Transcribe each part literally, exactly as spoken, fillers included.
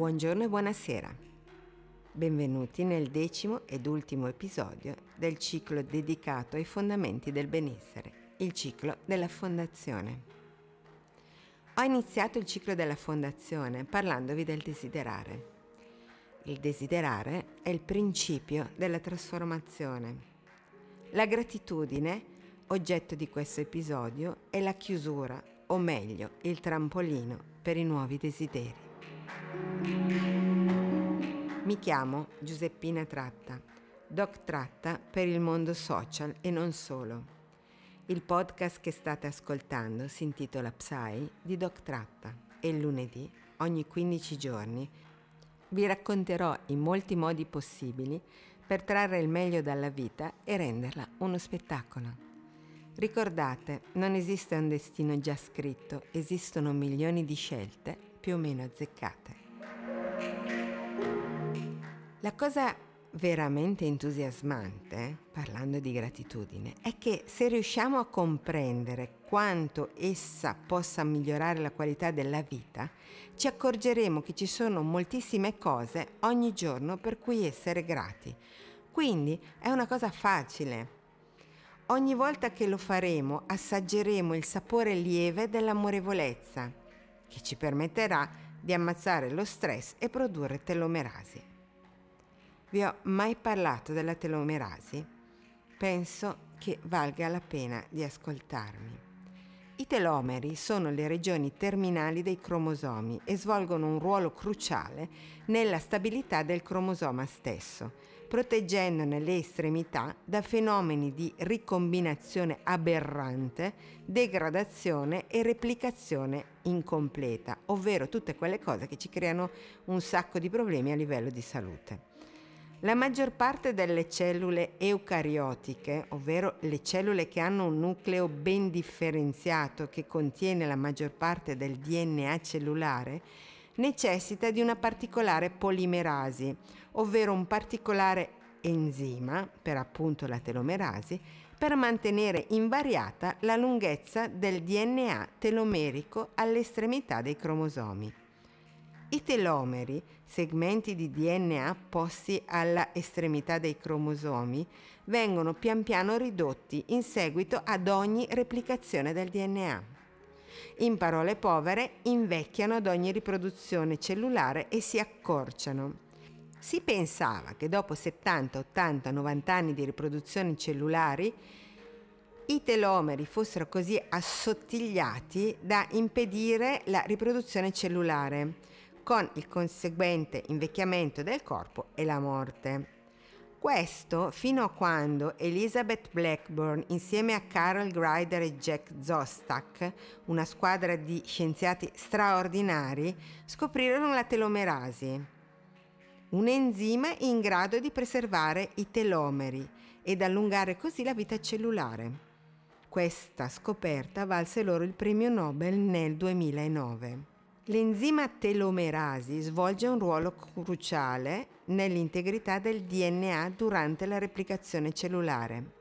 Buongiorno e buonasera. Benvenuti nel decimo ed ultimo episodio del ciclo dedicato ai fondamenti del benessere, il ciclo della fondazione. Ho iniziato il ciclo della fondazione parlandovi del desiderare. Il desiderare è il principio della trasformazione. La gratitudine, oggetto di questo episodio, è la chiusura, o meglio, il trampolino per i nuovi desideri. Mi chiamo Giuseppina Tratta, Doc Tratta per il mondo social e non solo. Il podcast che state ascoltando si intitola Psy di Doc Tratta e il lunedì, ogni quindici giorni, vi racconterò in molti modi possibili per trarre il meglio dalla vita e renderla uno spettacolo. Ricordate, non esiste un destino già scritto, esistono milioni di scelte più o meno azzeccate. La cosa veramente entusiasmante, parlando di gratitudine, è che se riusciamo a comprendere quanto essa possa migliorare la qualità della vita, ci accorgeremo che ci sono moltissime cose ogni giorno per cui essere grati. Quindi è una cosa facile. Ogni volta che lo faremo, assaggeremo il sapore lieve dell'amorevolezza, che ci permetterà di ammazzare lo stress e produrre telomerasi. Vi ho mai parlato della telomerasi? Penso che valga la pena di ascoltarmi. I telomeri sono le regioni terminali dei cromosomi e svolgono un ruolo cruciale nella stabilità del cromosoma stesso, proteggendone le estremità da fenomeni di ricombinazione aberrante, degradazione e replicazione incompleta, ovvero tutte quelle cose che ci creano un sacco di problemi a livello di salute. La maggior parte delle cellule eucariotiche, ovvero le cellule che hanno un nucleo ben differenziato che contiene la maggior parte del D N A cellulare, necessita di una particolare polimerasi, ovvero un particolare enzima, per appunto la telomerasi, per mantenere invariata la lunghezza del D N A telomerico all'estremità dei cromosomi. I telomeri, segmenti di D N A posti alla estremità dei cromosomi, vengono pian piano ridotti in seguito ad ogni replicazione del D N A. In parole povere, invecchiano ad ogni riproduzione cellulare e si accorciano. Si pensava che dopo settanta, ottanta, novanta anni di riproduzioni cellulari i telomeri fossero così assottigliati da impedire la riproduzione cellulare, con il conseguente invecchiamento del corpo e la morte. Questo fino a quando Elizabeth Blackburn, insieme a Carol Greider e Jack Szostak, una squadra di scienziati straordinari, scoprirono la telomerasi, un enzima in grado di preservare i telomeri ed allungare così la vita cellulare. Questa scoperta valse loro il premio Nobel nel duemilanove. L'enzima telomerasi svolge un ruolo cruciale nell'integrità del D N A durante la replicazione cellulare.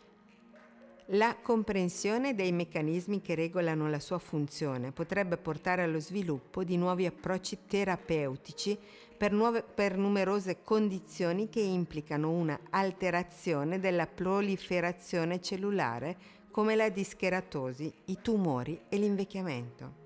La comprensione dei meccanismi che regolano la sua funzione potrebbe portare allo sviluppo di nuovi approcci terapeutici per, nuove, per numerose condizioni che implicano una alterazione della proliferazione cellulare come la discheratosi, i tumori e l'invecchiamento.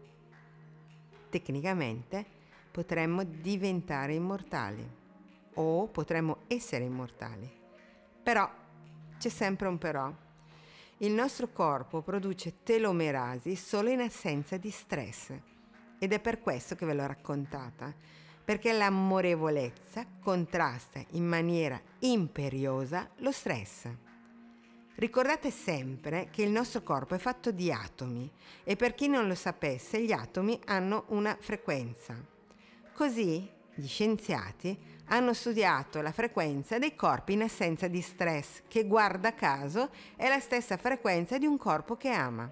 Tecnicamente potremmo diventare immortali o potremmo essere immortali. Però c'è sempre un però. Il nostro corpo produce telomerasi solo in assenza di stress ed è per questo che ve l'ho raccontata, perché l'amorevolezza contrasta in maniera imperiosa lo stress. Ricordate sempre che il nostro corpo è fatto di atomi e per chi non lo sapesse gli atomi hanno una frequenza. Così gli scienziati hanno studiato la frequenza dei corpi in assenza di stress, che guarda caso è la stessa frequenza di un corpo che ama.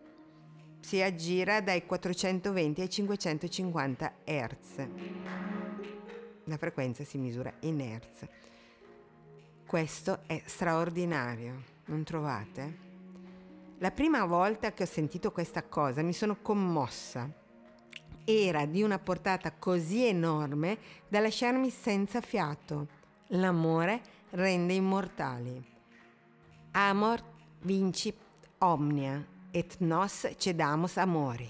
Si aggira dai quattrocentoventi ai cinquecentocinquanta hertz. La frequenza si misura in hertz. Questo è straordinario, non trovate? La prima volta che ho sentito questa cosa mi sono commossa era di una portata così enorme da lasciarmi senza fiato. L'amore rende immortali. Amor vincit omnia, et nos cedamus amori.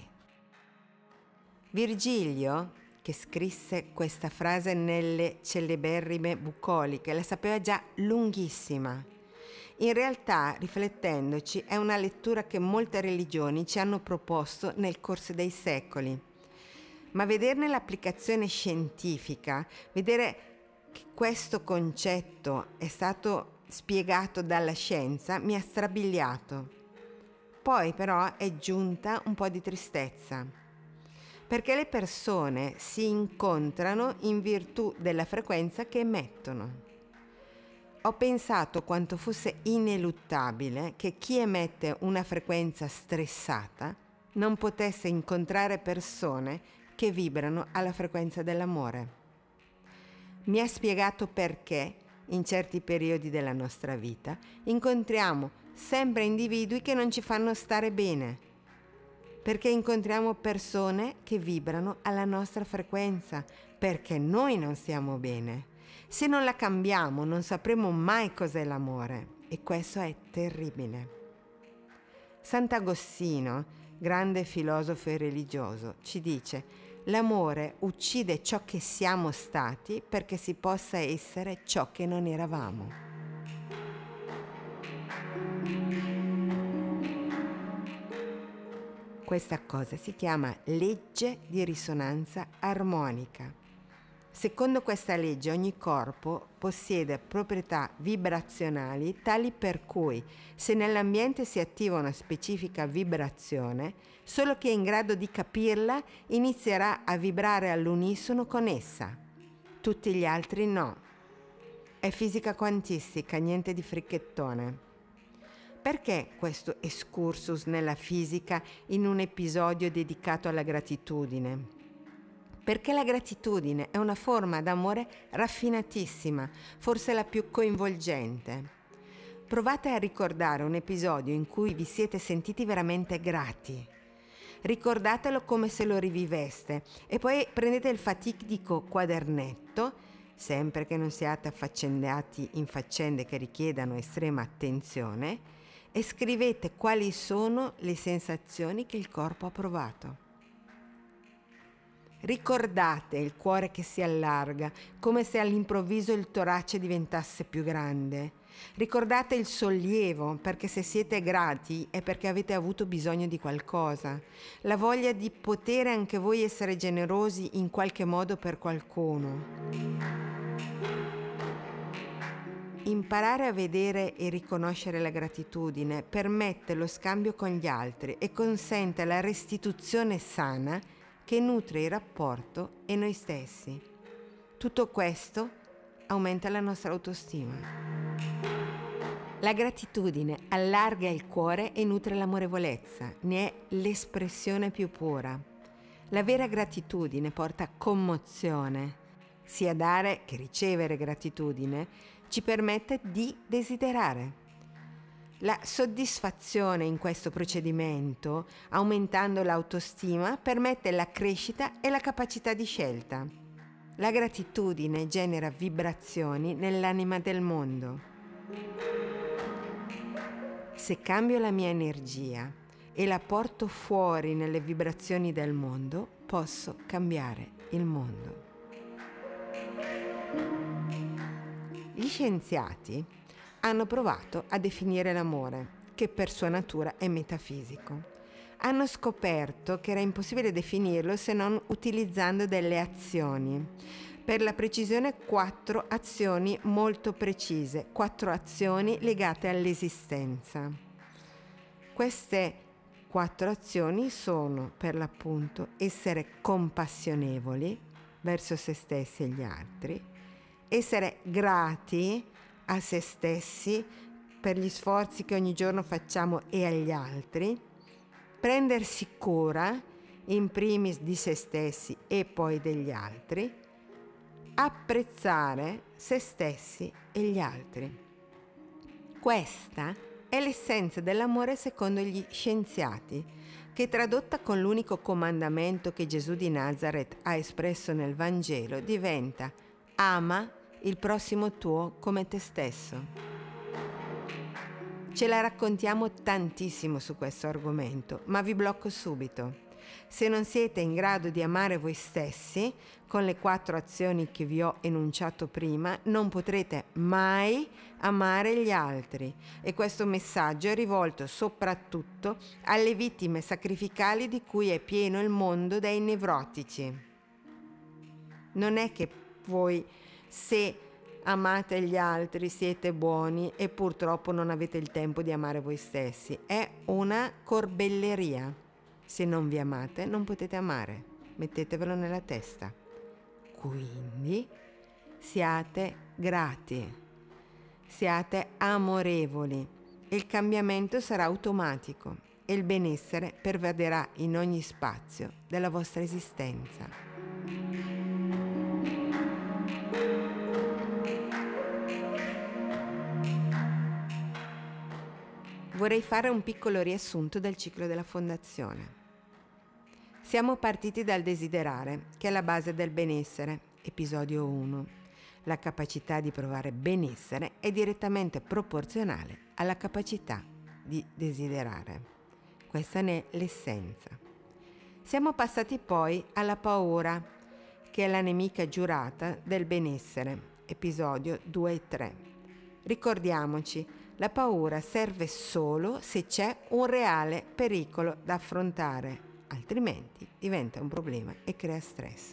Virgilio, che scrisse questa frase nelle celeberrime bucoliche, la sapeva già lunghissima. In realtà, riflettendoci, è una lettura che molte religioni ci hanno proposto nel corso dei secoli. Ma vederne l'applicazione scientifica, vedere che questo concetto è stato spiegato dalla scienza, mi ha strabiliato. Poi però è giunta un po' di tristezza, perché le persone si incontrano in virtù della frequenza che emettono. Ho pensato quanto fosse ineluttabile che chi emette una frequenza stressata non potesse incontrare persone che vibrano alla frequenza dell'amore. Mi ha spiegato perché in certi periodi della nostra vita incontriamo sempre individui che non ci fanno stare bene, perché incontriamo persone che vibrano alla nostra frequenza, perché noi non stiamo bene. Se non la cambiamo non sapremo mai cos'è l'amore, e questo è terribile. Sant'Agostino, grande filosofo e religioso, ci dice: l'amore uccide ciò che siamo stati perché si possa essere ciò che non eravamo. Questa cosa si chiama legge di risonanza armonica. Secondo questa legge ogni corpo possiede proprietà vibrazionali tali per cui se nell'ambiente si attiva una specifica vibrazione, solo chi è in grado di capirla inizierà a vibrare all'unisono con essa. Tutti gli altri no. È fisica quantistica, niente di fricchettone. Perché questo excursus nella fisica in un episodio dedicato alla gratitudine? Perché la gratitudine è una forma d'amore raffinatissima, forse la più coinvolgente. Provate a ricordare un episodio in cui vi siete sentiti veramente grati. Ricordatelo come se lo riviveste e poi prendete il fatidico quadernetto, sempre che non siate affaccendati in faccende che richiedano estrema attenzione, e scrivete quali sono le sensazioni che il corpo ha provato. Ricordate il cuore che si allarga, come se all'improvviso il torace diventasse più grande. Ricordate il sollievo, perché se siete grati è perché avete avuto bisogno di qualcosa. La voglia di potere anche voi essere generosi in qualche modo per qualcuno. Imparare a vedere e riconoscere la gratitudine permette lo scambio con gli altri e consente la restituzione sana che nutre il rapporto e noi stessi. Tutto questo aumenta la nostra autostima. La gratitudine allarga il cuore e nutre l'amorevolezza, ne è l'espressione più pura. La vera gratitudine porta commozione. Sia dare che ricevere gratitudine ci permette di desiderare. La soddisfazione in questo procedimento, aumentando l'autostima, permette la crescita e la capacità di scelta. La gratitudine genera vibrazioni nell'anima del mondo. Se cambio la mia energia e la porto fuori nelle vibrazioni del mondo, posso cambiare il mondo. Gli scienziati hanno provato a definire l'amore, che per sua natura è metafisico. Hanno scoperto che era impossibile definirlo se non utilizzando delle azioni. Per la precisione, quattro azioni molto precise, quattro azioni legate all'esistenza. Queste quattro azioni sono, per l'appunto, essere compassionevoli verso se stessi e gli altri, essere grati a se stessi per gli sforzi che ogni giorno facciamo e agli altri, prendersi cura in primis di se stessi e poi degli altri, apprezzare se stessi e gli altri. Questa è l'essenza dell'amore secondo gli scienziati, che tradotta con l'unico comandamento che Gesù di Nazareth ha espresso nel Vangelo diventa: ama il prossimo tuo come te stesso. Ce la raccontiamo tantissimo su questo argomento, ma vi blocco subito. Se non siete in grado di amare voi stessi, con le quattro azioni che vi ho enunciato prima, non potrete mai amare gli altri. E questo messaggio è rivolto soprattutto alle vittime sacrificali di cui è pieno il mondo dei nevrotici. Non è che voi, se amate gli altri, siete buoni e purtroppo non avete il tempo di amare voi stessi. È una corbelleria. Se non vi amate, non potete amare. Mettetevelo nella testa. Quindi siate grati, siate amorevoli. Il cambiamento sarà automatico e il benessere pervaderà in ogni spazio della vostra esistenza. Vorrei fare un piccolo riassunto del ciclo della fondazione. Siamo partiti dal desiderare, che è la base del benessere, episodio uno. La capacità di provare benessere è direttamente proporzionale alla capacità di desiderare. Questa ne è l'essenza. Siamo passati poi alla paura, che è la nemica giurata del benessere, episodio due e tre. Ricordiamoci, la paura serve solo se c'è un reale pericolo da affrontare, altrimenti diventa un problema e crea stress.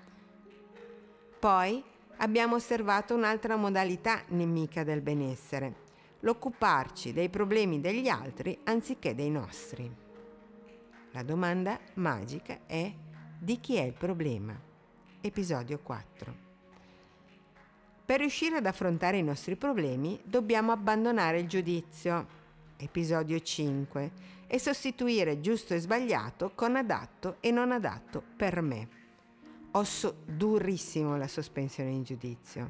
Poi abbiamo osservato un'altra modalità nemica del benessere, l'occuparci dei problemi degli altri anziché dei nostri. La domanda magica è: di chi è il problema? Episodio quattro. Per riuscire ad affrontare i nostri problemi dobbiamo abbandonare il giudizio, episodio cinque, e sostituire giusto e sbagliato con adatto e non adatto per me. Osso durissimo la sospensione in giudizio.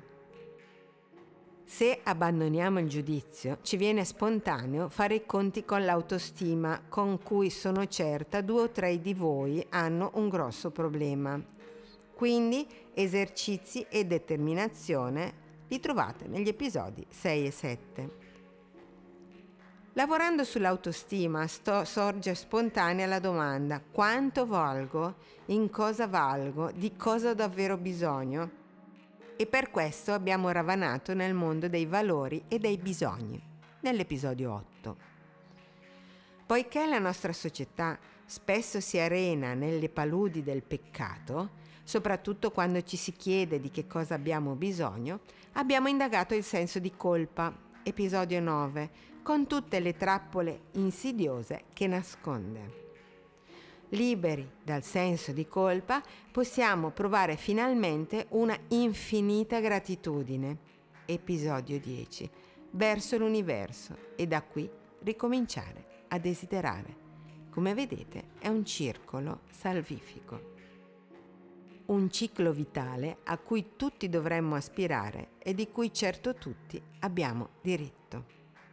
Se abbandoniamo il giudizio, ci viene spontaneo fare i conti con l'autostima, con cui sono certa due o tre di voi hanno un grosso problema. Quindi esercizi e determinazione li trovate negli episodi sei e sette. Lavorando sull'autostima sto, sorge spontanea la domanda: quanto valgo? In cosa valgo? Di cosa ho davvero bisogno? E per questo abbiamo ravanato nel mondo dei valori e dei bisogni, nell'episodio otto. Poiché la nostra società spesso si arena nelle paludi del peccato, soprattutto quando ci si chiede di che cosa abbiamo bisogno, abbiamo indagato il senso di colpa, episodio nove, con tutte le trappole insidiose che nasconde. Liberi dal senso di colpa, possiamo provare finalmente una infinita gratitudine, episodio dieci, verso l'universo e da qui ricominciare a desiderare. Come vedete, è un circolo salvifico. Un ciclo vitale a cui tutti dovremmo aspirare e di cui certo tutti abbiamo diritto.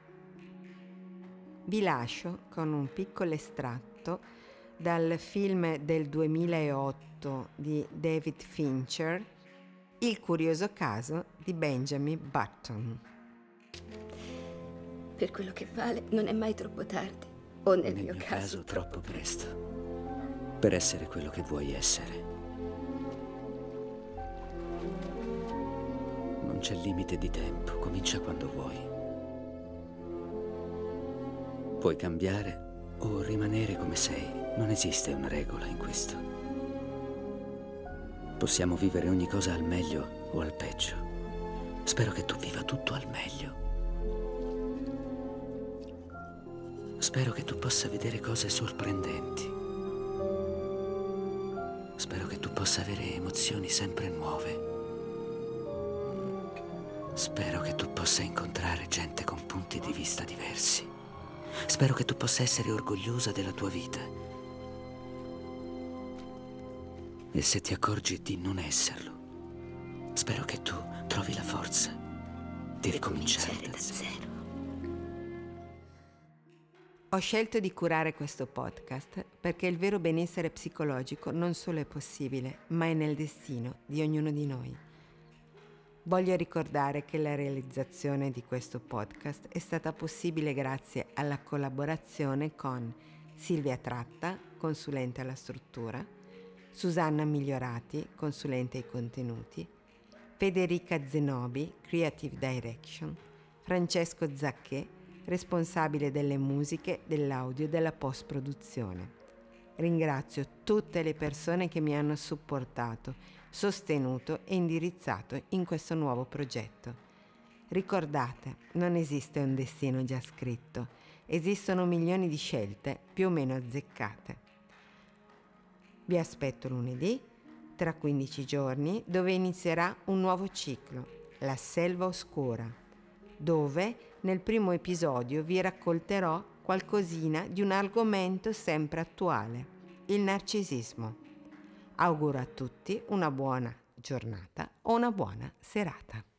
Vi lascio con un piccolo estratto dal film del duemilaotto di David Fincher, Il curioso caso di Benjamin Button. Per quello che vale, non è mai troppo tardi, o nel, nel mio, mio caso, caso troppo presto, per essere quello che vuoi essere. Non c'è limite di tempo, comincia quando vuoi. Puoi cambiare o rimanere come sei, non esiste una regola in questo. Possiamo vivere ogni cosa al meglio o al peggio. Spero che tu viva tutto al meglio. Spero che tu possa vedere cose sorprendenti. Spero che tu possa avere emozioni sempre nuove. Spero che tu possa incontrare gente con punti di vista diversi. Spero che tu possa essere orgogliosa della tua vita. E se ti accorgi di non esserlo, spero che tu trovi la forza di ricominciare da zero. Ho scelto di curare questo podcast perché il vero benessere psicologico non solo è possibile, ma è nel destino di ognuno di noi. Voglio ricordare che la realizzazione di questo podcast è stata possibile grazie alla collaborazione con Silvia Tratta, consulente alla struttura, Susanna Migliorati, consulente ai contenuti, Federica Zenobi, Creative Direction, Francesco Zacché, responsabile delle musiche, dell'audio e della post-produzione. Ringrazio tutte le persone che mi hanno supportato, sostenuto e indirizzato in questo nuovo progetto. Ricordate, non esiste un destino già scritto, esistono milioni di scelte più o meno azzeccate. Vi aspetto lunedì, tra quindici giorni, dove inizierà un nuovo ciclo, La Selva Oscura, dove nel primo episodio vi racconterò qualcosina di un argomento sempre attuale, il narcisismo. Auguro a tutti una buona giornata o una buona serata.